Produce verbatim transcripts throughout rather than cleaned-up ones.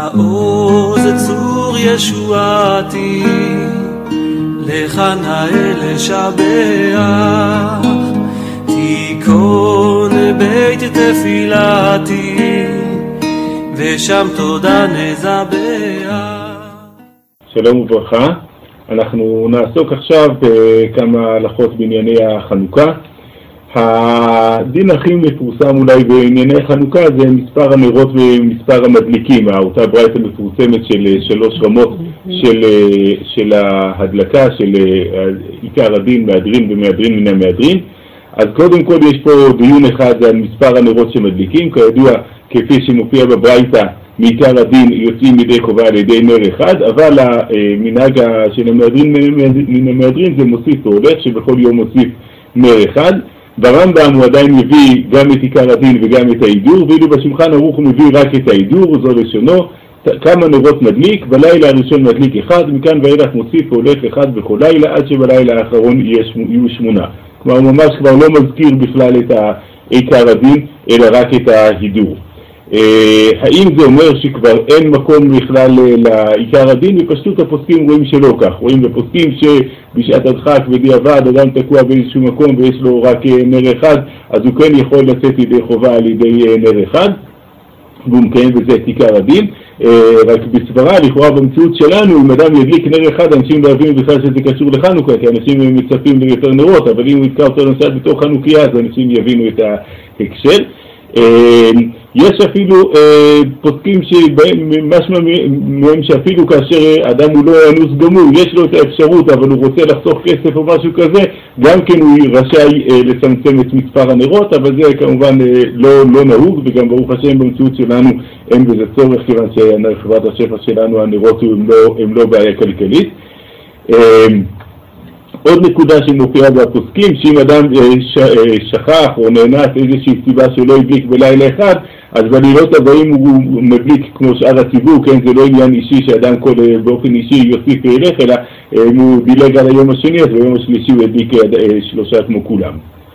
העוז צור ישועתי, לך נאה לשבח, תיכון בית תפילתי, ושם תודה נזבח. שלום וברכה, אנחנו נעסוק עכשיו בכמה הלכות בענייני החנוכה. הדין הכי מפורסם אולי בענייני חנוכה זה מספר הנרות ומספר המדליקים, אותה ברייתא מפורסמת של שלוש רמות של, של ההדלקה, של עיקר הדין, מהדרין ומהדרין מן המהדרין. אז קודם כל יש פה דיון אחד על מספר הנרות שמדליקים, כידוע כפי שמופיע בברייתא מעיקר הדין יוצאים מדי חובה על ידי נר אחד, אבל המנהג של המהדרין מן המהדרין זה מוסיף והולך שבכל יום מוסיף נר אחד. ברמב"ם הוא עדיין מביא גם את עיקר הדין וגם את ההידור, ואילו בשולחן ערוך הוא מביא רק את ההידור, זו לשונו, כמה נרות מדליק, בלילה הראשון מדליק אחד, מכאן ואילך מוסיף והולך אחד בכל לילה, עד שבלילה האחרון יהיו שמונה. כלומר הוא ממש כבר לא מזכיר בכלל את עיקר הדין, אלא רק את ההידור. האם זה אומר שכבר אין מקום בכלל לעיקר הדין? בפשטות הפוסקים רואים שלא כך. רואים בפוסקים שבשעת הדחק בדיעבד אדם תקוע באיזשהו מקום ויש לו רק נר אחד, אז הוא כן יכול לצאת ידי חובה על ידי נר אחד, והוא מקיים בזה את עיקר הדין. רק בסברה, לכאורה במציאות שלנו, אם אדם ידליק נר אחד, אנשים לא יבינו בכלל שזה קשור לחנוכה, כי אנשים מצפים ליותר נרות, אבל אם הוא יתקע אותו למשל בתוך חנוכיה, אז אנשים יבינו את ההקשר. יש אפילו פוסקים שמשמע מהם שאפילו כאשר אדם הוא לא אנוס גמור, יש לו את האפשרות אבל הוא רוצה לחסוך כסף או משהו כזה, גם כן הוא רשאי לצמצם את מספר הנרות, אבל זה כמובן לא, לא נהוג, וגם ברוך השם במציאות שלנו אין בזה צורך, כיוון שחברת השפע שלנו הנרות הם לא, הם לא בעיה כלכלית. עוד נקודה שמופיעה בפוסקים, שאם אדם שכח או נהנס איזושהי סיבה שלא הדליק בלילה אחד, אז בלילות הבאים הוא מדליק כמו שאר הציבור, כן, זה לא עניין אישי שאדם כל באופן אישי יוסיף וילך, אלא הוא דילג על היום השני, אז ביום השלישי הוא הדליק שלושה כמו כולם.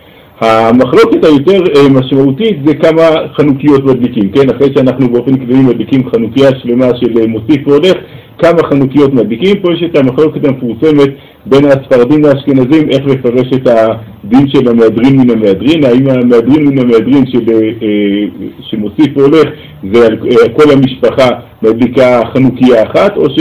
המחלוקת היותר משמעותית זה כמה חנוכיות מדליקים, כן, אחרי שאנחנו באופן כללי מדליקים חנוכיה שלמה של מוסיף והולך, כמה חנוכיות מדליקים. פה יש את המחלוקת המפורסמת בין הספרדים והאשכנזים, איך לפרש את הדין של המהדרין מן המהדרין, האם המהדרין מן המהדרין של, שמוסיף והולך זה על כל המשפחה מדליקה חנוכיה אחת, או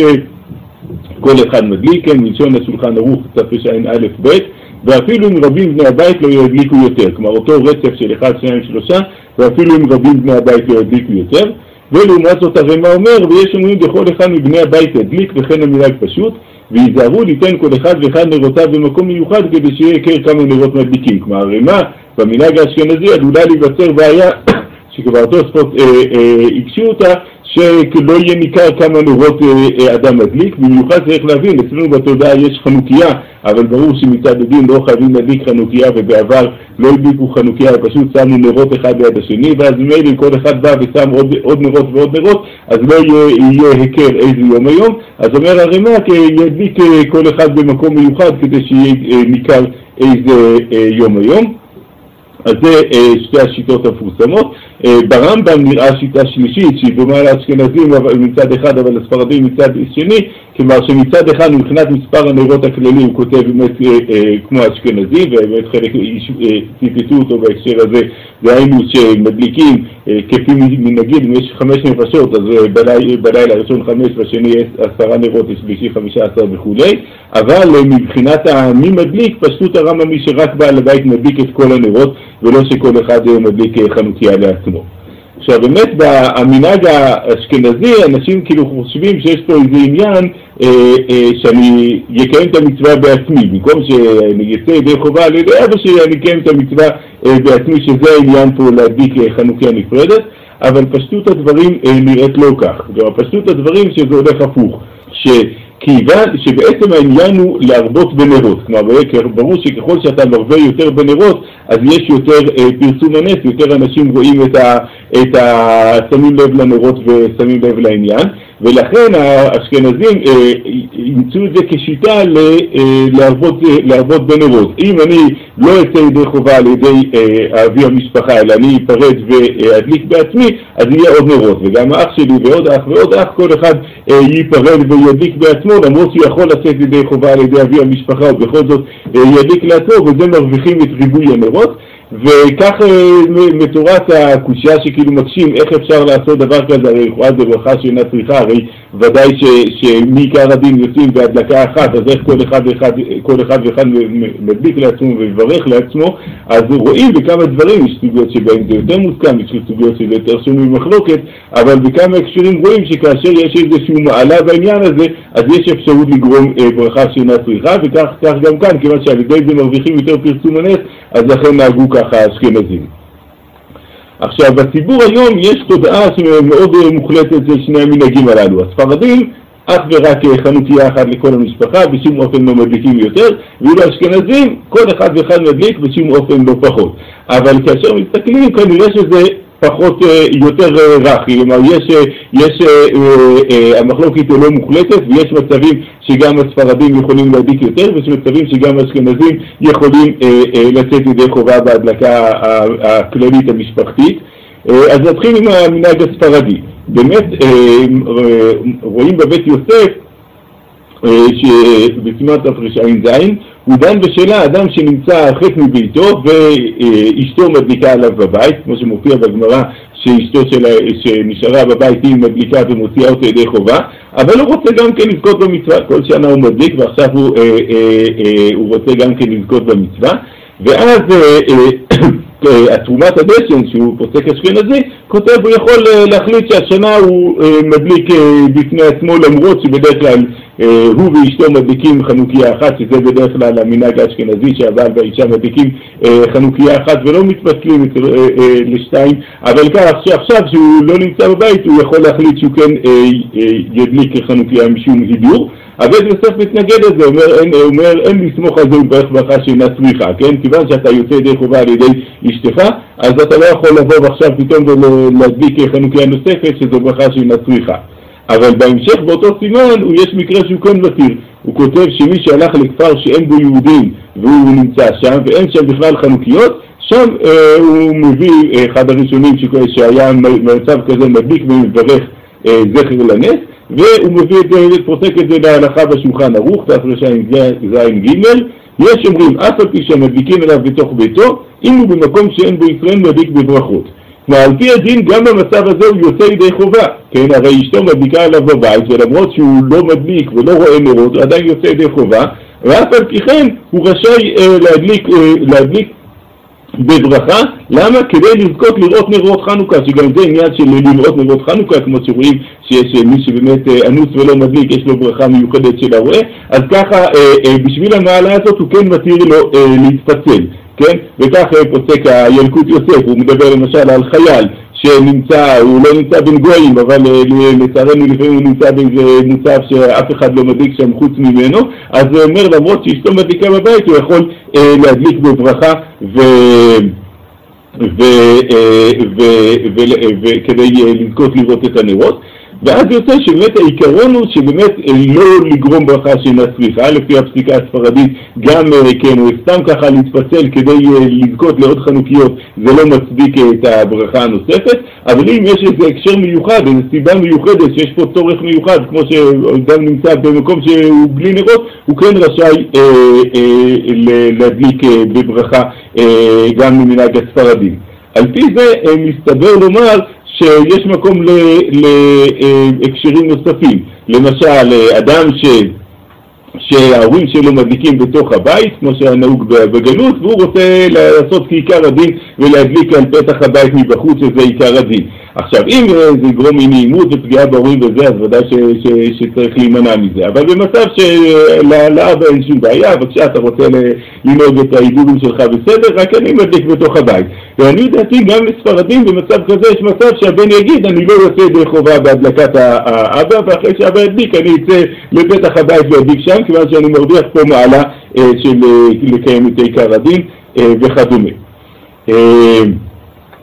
שכל אחד מדליק, כן, מלשון השולחן ערוך תשע"א ב', ואפילו אם רבים בני הבית לא ידליקו יותר, כלומר אותו רצף של אחד, שניים, שלושה, ואפילו אם רבים בני הבית לא ידליקו יותר. ולעומת זאת הרמ"א אומר, ויש אומרים בכל אחד מבני הבית ידליק, וכן המנהג פשוט, ויזהרו ליתן כל אחד ואחד נרותיו במקום מיוחד כדי שיהיה הכר כמה נרות מדליקים. כלומר הרמ"א במנהג האשכנזי עלולה להיווצר בעיה שכבר תוספות הקשו אותה, שלא יהיה ניכר כמה נרות אה, אדם מדליק. במיוחד צריך להבין, אצלנו בתודעה יש חנוכיה, אבל ברור שמצד הדין לא חייבים להדליק חנוכיה, ובעבר לא הדליקו חנוכיה, פשוט שמו נרות אחד ליד השני, ואז מילא אם כל אחד בא ושם עוד, עוד נרות ועוד נרות, אז לא יהיה, יהיה הכר איזה יום היום. אז אומר הרמ"א כי ידליק כל אחד במקום מיוחד כדי שיהיה ניכר איזה אה, יום היום. אז זה שתי השיטות המפורסמות. ברמב"ם נראה שיטה שלישית שהיא דומה לאשכנזים מצד אחד אבל לספרדים מצד שני, כלומר שמצד אחד מבחינת מספר הנרות הכללי הוא כותב באמת כמו האשכנזי, ובאמת חלק ציטטו אותו בהקשר הזה, והיינו שמדליקים כפי מנגיד אם יש חמש נפשות, אז בלילה הראשון חמש והשני עשרה נרות, השלישי חמישה עשר וכו'. אבל מבחינת מי מדליק, פשטות הרמב"ם מי שרק בעל הבית מדליק את כל הנרות, ולא שכל אחד מדליק חנוכיה לעצמו. עכשיו באמת במנהג האשכנזי אנשים כאילו חושבים שיש פה איזה עניין אה, אה, שאני יקיים את המצווה בעצמי, במקום שאני יצא ידי חובה על ידי אבא שאני אקיים את המצווה אה, בעצמי, שזה העניין פה להדליק חנוכיה נפרדת, אבל פשטות הדברים אה, נראית לא כך. גם פשטות הדברים שזה הולך הפוך, ש... כיוון שבעצם העניין הוא להרבות בנרות, כלומר ברור שככל שאתה מרבה יותר בנרות אז יש יותר אה, פרסום הנס, יותר אנשים רואים את ה... את ה... שמים לב לנרות ושמים לב לעניין, ולכן האשכנזים ימצאו את זה כשיטה להרבות בנרות. אם אני לא אצא ידי חובה על ידי אבי המשפחה, אלא אני אפרד ואדליק בעצמי, אז יהיה עוד נרות. וגם האח שלי ועוד אח ועוד אח, כל אחד ייפרד וידליק בעצמו, למרות שהוא יכול לצאת ידי חובה על ידי אבי המשפחה, ובכל זאת ידליק לעצמו, וזה מרוויחים את ריבוי הנרות. וכך מתורת הקושיה שכאילו מקשים איך אפשר לעשות דבר כזה, הרי יכולה זה ברכה שאינה צריכה, הרי ודאי שמעיקר הדין יוצאים בהדלקה אחת, אז איך כל אחד ואחד, כל אחד ואחד מדליק לעצמו וברך לעצמו, אז רואים בכמה דברים, יש סוגיות שבהם זה יותר מוסכם, יש סוגיות שזה יותר שומעים מחלוקת, אבל בכמה הקשרים רואים שכאשר יש איזשהו מעלה בעניין הזה, אז יש אפשרות לגרום ברכה שאינה צריכה, וכך כך גם כאן, כיוון שעל ידי זה מרוויחים יותר פרסום הנס, אז לכן נהגו ככה האשכנזים. עכשיו, בציבור היום יש תודעה שמאוד מוחלטת של שני המנהגים הללו. הספרדים, אך ורק חנוכיה אחת לכל המשפחה, בשום אופן לא מדליקים יותר, ואילו האשכנזים, כל אחד ואחד מדליק, בשום אופן לא פחות. אבל כאשר מסתכלים, כנראה שזה פחות, יותר רך, כלומר, יש, יש, המחלוקת לא מוחלטת, ויש מצבים שגם הספרדים יכולים להדליק יותר, ויש מצבים שגם האשכנזים יכולים לצאת ידי חובה בהדלקה הכללית המשפחתית. אז נתחיל עם המנהג הספרדי. באמת, רואים בבית יוסף, שבסימן תרע"ז הוא דן בשאלה אדם שנמצא הרחק מביתו ואשתו מדליקה עליו בבית, כמו שמופיע בגמרא שאשתו שלה, שנשארה בבית היא מדליקה ומוציאה אותו ידי חובה, אבל הוא רוצה גם כן לזכות במצווה, כל שנה הוא מדליק ועכשיו הוא, אה, אה, אה, הוא רוצה גם כן לזכות במצווה, ואז אה, תרומת הדשן שהוא פוסק אשכנזי כותב, הוא יכול להחליט שהשנה הוא מדליק בפני עצמו, למרות שבדרך כלל הוא ואשתו מדליקים חנוכיה אחת, שזה בדרך כלל המנהג האשכנזי שהבעל והאישה מדליקים חנוכיה אחת ולא מתפצלים לשתיים, אבל כך שעכשיו שהוא לא נמצא בבית הוא יכול להחליט שהוא כן ידליק חנוכיה משום הידור. הבית יוסף מתנגד לזה, אומר, אין, אומר, אין לסמוך על זה וברך ברכה שאינה צריכה, כן? כיוון שאתה יוצא ידי חובה על ידי אשתך, אז אתה לא יכול לבוא עכשיו פתאום ולהדליק חנוכיה נוספת, שזו ברכה שאינה צריכה. אבל בהמשך באותו סימן, יש מקרה שהוא כן מתיר. הוא כותב שמי שהלך לכפר שאין בו יהודים והוא נמצא שם, ואין שם בכלל חנוכיות, שם אה, הוא מביא אה, אחד הראשונים שהיה מצב כזה מדליק ומברך אה, זכר לנס, והוא מביא את זה, פוסק את זה להלכה בשולחן ערוך, תרע"ז ג'. יש אומרים, אף על פי שמדליקים אליו בתוך ביתו, אם הוא במקום שאין בו ישראל מדליק בברכות. כלומר, על פי הדין, גם במצב הזה הוא יוצא ידי חובה. כן, הרי אשתו מדליקה אליו בבית, ולמרות שהוא לא מדליק ולא רואה נרות, הוא עדיין יוצא ידי חובה, ואף על פי כן הוא רשאי אה, להדליק, אה, להדליק בברכה. למה? כדי לזכות לראות נרות חנוכה, שגם זה עניין של לראות נרות חנוכה, כמו שרואים שיש מי שבאמת אנוס ולא מדליק, יש לו ברכה מיוחדת של הרואה, אז ככה בשביל המעלה הזאת הוא כן מתיר לו להתפצל, כן? וכך פוסק הילקוט יוסף, הוא מדבר למשל על חייל שנמצא, הוא לא נמצא בין גויים, אבל לצערנו לפעמים הוא נמצא באיזה מוצב שאף אחד לא מדליק שם חוץ ממנו, אז הוא אומר למרות שאשתו מדליקה בבית הוא יכול אה, להדליק בברכה ו... וכדי לזכות לראות את הנרות. ואז יוצא שבאמת העיקרון הוא שבאמת לא לגרום ברכה שאינה צריכה, לפי הפסיקה הספרדית גם כן, הוא סתם ככה להתפצל כדי לזכות לעוד חנוכיות, זה לא מצדיק את הברכה הנוספת, אבל אם יש איזה הקשר מיוחד, איזו סיבה מיוחדת שיש פה צורך מיוחד, כמו שאדם נמצא במקום שהוא בלי נרות, הוא כן רשאי אה, אה, להדליק אה, בברכה אה, גם ממנהג הספרדים. על פי זה אה, מסתבר לומר שיש מקום להקשרים נוספים. למשל, אדם ש... שההורים שלו מדליקים בתוך הבית, כמו שהיה נהוג בגלות, והוא רוצה לעשות כעיקר הדין ולהדליק על פתח הבית מבחוץ, שזה עיקר הדין. עכשיו, אם זה יגרום אי-נעימות ופגיעה בהורים וזה, אז ודאי ש, ש, שצריך להימנע מזה. אבל במצב שלאבא אין שום בעיה, בבקשה, אתה רוצה לנהוג את העיבודים שלך בסדר, רק אני מדליק בתוך הבית. ואני יודעתי, גם לספרדים במצב כזה יש מצב שהבן יגיד, אני לא יוצא ידי חובה בהדלקת האבא, ואחרי שהאבא ידליק, אני יצא לפתח הבית וידליק שם, כיוון שאני מרוויח פה מעלה אה, של לקיים את עיקר הדין אה, וכדומה. אה,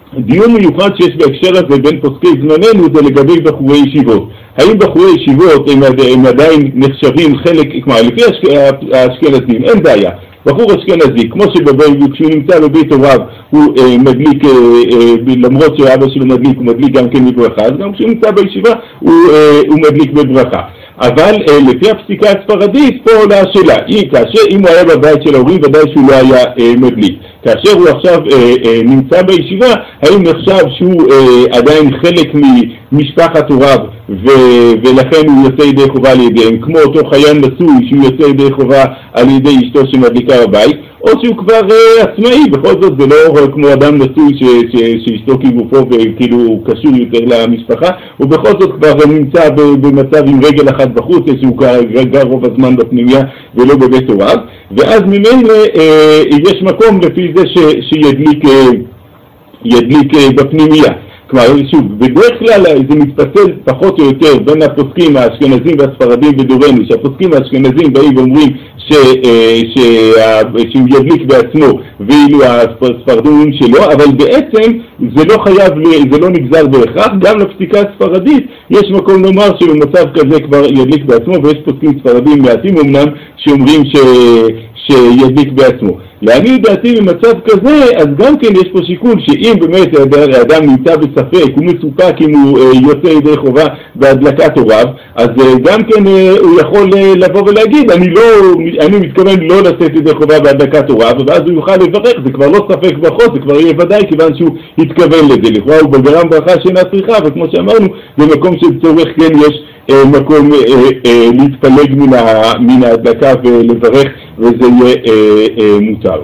דיון מיוחד שיש בהקשר הזה בין פוסקי זמננו זה לגבי בחורי ישיבות. האם בחורי ישיבות הם, הם עדיין נחשבים חלק, כלומר לפי האשכנזים, אין בעיה. בחור אשכנזי, כמו כשהוא נמצא בבית הוריו הוא אה, מדליק, אה, אה, למרות שאבא שלו מדליק, הוא מדליק גם כן בברכה, אז גם כשהוא נמצא בישיבה הוא, אה, הוא מדליק בברכה. אבל אה, לפי הפסיקה הספרדית פה עולה השאלה, היא, כאשר אם הוא היה בבית של ההורים ודאי שהוא לא היה אה, מדליק. כאשר הוא עכשיו אה, אה, נמצא בישיבה, האם נחשב שהוא אה, עדיין חלק ממשפחת הוריו ו- ולכן הוא יוצא ידי חובה על ידיהם, כמו אותו חייל נשוי שהוא יוצא ידי חובה על ידי אשתו שמדליקה בבית, או שהוא כבר uh, עצמאי, בכל זאת זה לא כמו אדם נשוי ש- ש- שאשתו כגופו וכאילו קשור יותר למשפחה, ובכל זאת כבר נמצא במצב עם רגל אחת בחוץ, שהוא גר רוב הזמן בפנימיה ולא בבית הוריו, ואז ממילא uh, יש מקום לפי זה ש- שידליק uh, ידליק uh, בפנימיה. כלומר, שוב, בדרך כלל זה מתפצל פחות או יותר בין הפוסקים האשכנזים והספרדים בדורנו, שהפוסקים האשכנזים באים ואומרים ש, ש, שהוא ידליק בעצמו ואילו הספרדים שלו, אבל בעצם זה לא חייב, זה לא נגזר בהכרח, גם לפסיקה הספרדית יש מקום לומר שבמצב כזה כבר ידליק בעצמו, ויש פוסקים ספרדים מעטים אמנם שאומרים ש... שידליק בעצמו. לעניות דעתי במצב כזה, אז גם כן יש פה שיקול שאם באמת האדם נמצא בספק, הוא מסופק אם הוא יוצא ידי חובה בהדלקת הוריו, אז גם כן הוא יכול לבוא ולהגיד, אני לא, אני מתכוון לא לצאת ידי חובה בהדלקת הוריו, ואז הוא יוכל לברך, זה כבר לא ספק בחוץ, זה כבר יהיה ודאי כיוון שהוא התכוון לזה. לכאורה הוא בגרם ברכה שאינה צריכה, וכמו שאמרנו, במקום של צורך כן יש מקום להתפלג מן ההדלקה ולברך, וזה יהיה מותר.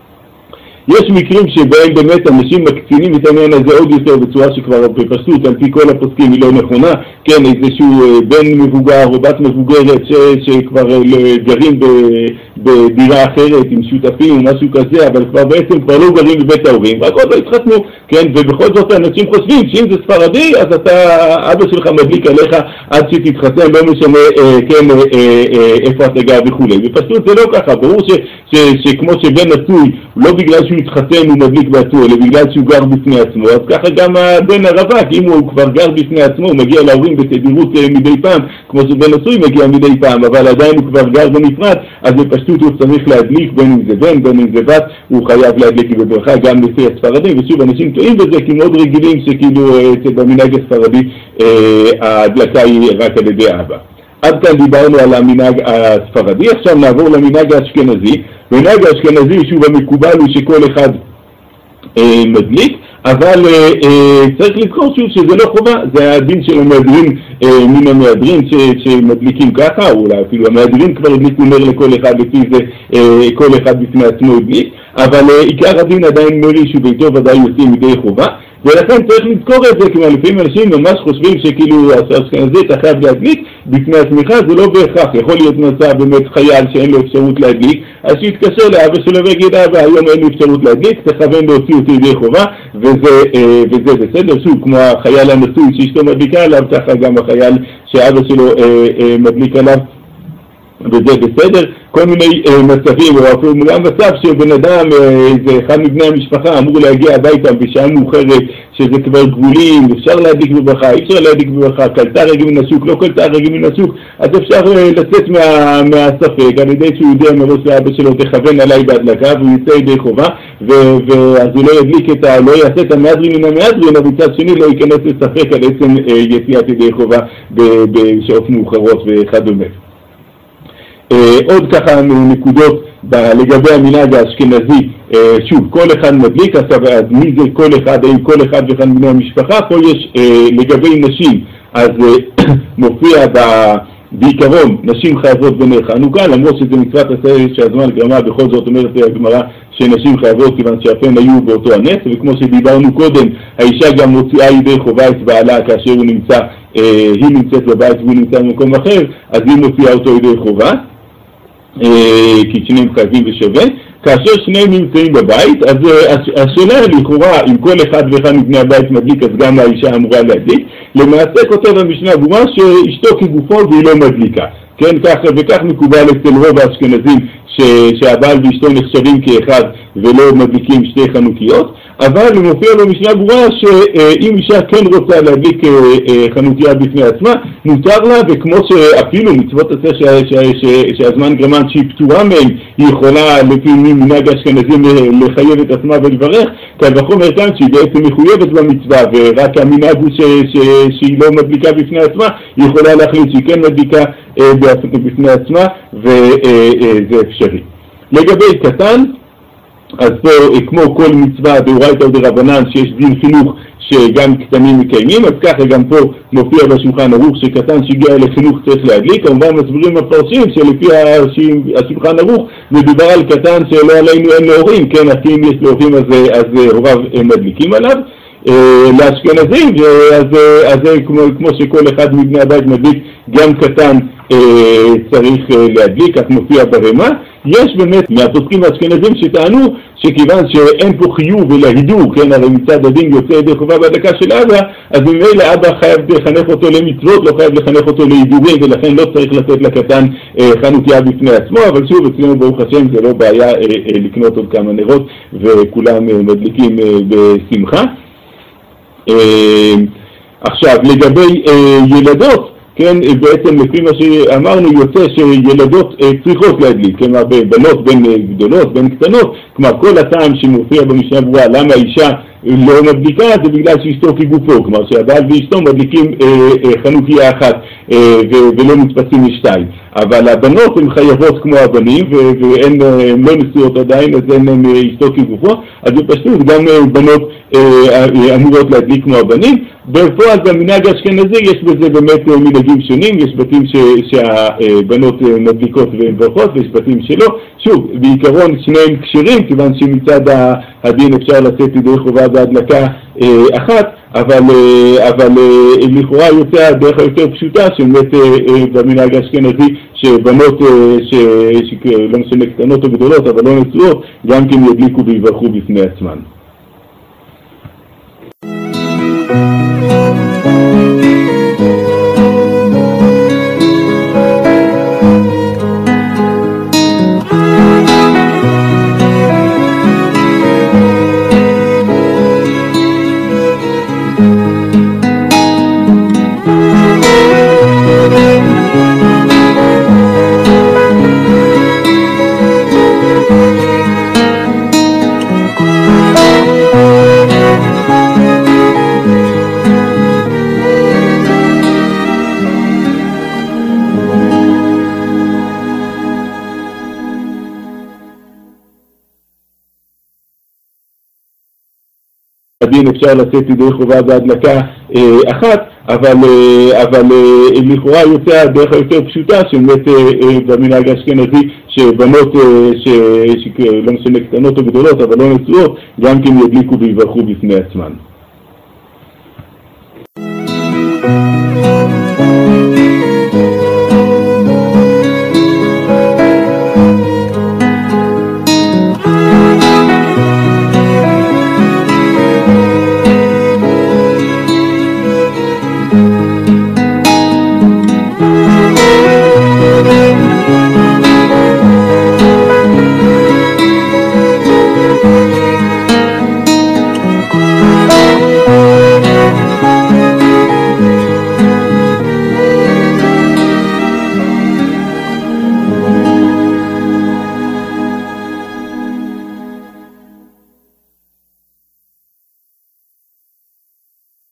יש מקרים שבהם באמת אנשים מקצינים את העניין הזה עוד יותר בצורה שכבר בפשטות על פי כל הפוסקים היא לא נכונה, כן, איזשהו בן מבוגר או בת מבוגרת ש, שכבר גרים בדירה אחרת עם שותפים או משהו כזה, אבל כבר בעצם כבר לא גרים בבית ההורים, רק עוד לא התחתנו, כן, ובכל זאת אנשים חושבים שאם זה ספרדי אז אתה, אבא שלך מדליק עליך עד שתתחתן, לא משנה, כן, איפה אתה גר וכו'. בפשטות זה לא ככה, ברור ש, ש, שכמו שבן נשוי, לא בגלל שהוא התחתן הוא מדליק בעצמו, אלא בגלל שהוא גר בפני עצמו, אז ככה גם הבן הרווק, אם הוא כבר גר בפני עצמו, הוא מגיע להורים בתדירות מדי פעם, כמו שבן נשוי מגיע מדי פעם, אבל עדיין הוא כבר גר בנפרד, אז בפשטות הוא צריך להדליק, בין אם זה בן, בין אם זה בת, הוא חייב להדליק בברכה גם לפי הספרדים, ושוב אנשים טועים בזה, כי מאוד רגילים שכאילו במנהג הספרדי ההדלקה היא רק על ידי אבא. עד כאן דיברנו על המנהג הספרדי, עכשיו נעבור למנהג האשכנזי. מנהג האשכנזי שוב המקובל הוא שכל אחד אה, מדליק, אבל אה, אה, צריך לזכור שוב שזה לא חובה, זה הדין של המהדרין אה, מן המהדרין ש, שמדליקים ככה, או אולי אפילו המהדרין כבר הדליקו נר לכל אחד לפי זה, אה, כל אחד בפני עצמו הדליק, אבל אה, עיקר הדין עדיין מרי שביתו ודאי יוצאים מדי חובה, ולכן צריך לזכור את זה, כי לפעמים אנשים ממש חושבים שכאילו האשכנזי אתה חייב להדליק בפני עצמך, זה לא בהכרח, יכול להיות מצב באמת חייל שאין לו אפשרות להדליק, אז שיתקשר לאבא שלו ויגיד, אבא היום אין לו אפשרות להדליק, תכוון להוציא אותי ידי חובה, וזה, וזה בסדר, שוב, כמו החייל הנשוי שאשתו מדליקה עליו, ככה גם החייל שאבא שלו מדליק עליו, וזה בסדר. כל מיני אה, מצבים, או אפילו גם מצב שבן אדם, אה, זה אחד מבני המשפחה, אמור להגיע הביתה בשעה מאוחרת, שזה כבר גבולים, אפשר להדליק בברכה, אי אפשר להדליק בברכה, קלטה רגל מן השוק, לא קלטה רגל מן השוק, אז אפשר אה, לצאת מה, מהספק, על ידי שהוא יודע מראש לאבא שלו, תכוון עליי בהדלקה, והוא יצא ידי חובה, ואז הוא לא ידליק את ה... לא יעשה את המהדרין מן המהדרין, אבל מצד שני לא ייכנס לספק על עצם אה, יציאת ידי חובה בשעות מאוחרות וכדומה. עוד ככה נקודות לגבי המנהג האשכנזי, שוב, כל אחד מדליק, אז מי זה כל אחד, האם כל אחד ואחד מבני המשפחה, פה יש לגבי נשים, אז מופיע בעיקרון, נשים חייבות בנר חנוכה, למרות שזה מצוות עשה שהזמן גרמה, בכל זאת אומרת הגמרא שנשים חייבות כיוון שאפן היו באותו הנס, וכמו שדיברנו קודם, האישה גם מוציאה ידי חובה את בעלה כאשר הוא נמצא, היא נמצאת בבית והוא נמצא במקום אחר, אז היא מוציאה אותו ידי חובה, כי שניהם חייבים ושווה. כאשר שניהם נמצאים בבית, אז השאלה לכאורה, אם כל אחד ואחד מבני הבית מדליק, אז גם האישה אמורה להדליק. למעשה כותב המשנה ברורה שאשתו כגופו והיא לא מדליקה. כן, כך וכך מקובל אצל רוב האשכנזים שהבעל ואשתו נחשבים כאחד ולא מדליקים שתי חנוכיות, אבל מופיע במשנה ברורה שאם אישה כן רוצה להדליק חנוכיה בפני עצמה, מותר לה, וכמו שאפילו מצוות עשה שהזמן גרמן שהיא פטורה מהם, היא יכולה לפי מנהג האשכנזים לחייב את עצמה ולברך, קל וחומר כאן שהיא בעצם מחויבת במצווה, ורק המנהג הוא שהיא לא מדליקה בפני עצמה, היא יכולה להחליט שהיא כן מדליקה בפני עצמה, וזה אפשרי. לגבי קטן, אז פה כמו כל מצווה דאורייתא ודרבנן שיש דין חינוך שגם קטנים מקיימים, אז ככה גם פה מופיע בשולחן ערוך שקטן שהגיע לחינוך צריך להדליק. כמובן מסבירים הפרשים שלפי השולחן ערוך מדובר על קטן שלא עלינו אין להורים, כן, כי אם יש להורים אז, אז הוריו מדליקים עליו. לאשכנזים, אז, אז כמו, כמו שכל אחד מבני הבית מדליק, גם קטן אה, צריך אה, להדליק, כך מופיע ברמה. יש באמת מהפוסקים האשכנזים שטענו שכיוון שאין פה חיוב אלא הידור, כן, הרי מצד הדין יוצא ידי חובה בהדלקה של אבא, אז ממילא אבא חייב לחנך אותו למצוות, לא חייב לחנך אותו להידורים, ולכן לא צריך לתת לקטן אה, חנוכיה בפני עצמו. אבל שוב, אצלנו ברוך השם זה לא בעיה אה, אה, לקנות עוד כמה נרות וכולם אה, מדליקים אה, בשמחה. עכשיו, לגבי ילדות, כן, בעצם לפי מה שאמרנו יוצא שילדות צריכות להדליק, כלומר בנות בין גדולות, בין קטנות, כלומר כל הטעם שמופיע במשנה ברורה למה אישה לא מדליקה זה בגלל שאשתו כגופו, כלומר שהבעל ואשתו מדליקים חנוכיה אחת ולא מתפצים לשתיים, אבל הבנות הן חייבות כמו הבנים והן לא נשואות עדיין, אז הן אשתו כגופו, אז בפשטות גם בנות אמורות להדליק כמו הבנים. בפועל במנהג האשכנזי יש בזה באמת מנהגים שונים, יש בתים שהבנות מדליקות והן ברכות ויש בתים שלא. שוב, בעיקרון שניהם כשרים, כיוון שמצד הדין אפשר לצאת ידי חובה בהדלקה אחת, אבל, אבל לכאורה יוצא הדרך היותר פשוטה שבאמת במנהג האשכנזי שבנות שלא משנה קטנות או גדולות אבל לא נשואות גם כן ידליקו ויברכו בפני עצמן. הדין אפשר לצאת ידי חובה בהדלקה אה, אחת, אבל, אה, אבל אה, לכאורה יוצא הדרך היותר פשוטה שבאמת אה, אה, במנהג האשכנזי שבנות אה, שלא משנה קטנות או גדולות אבל לא נשואות גם כן ידליקו ויברכו בפני עצמן.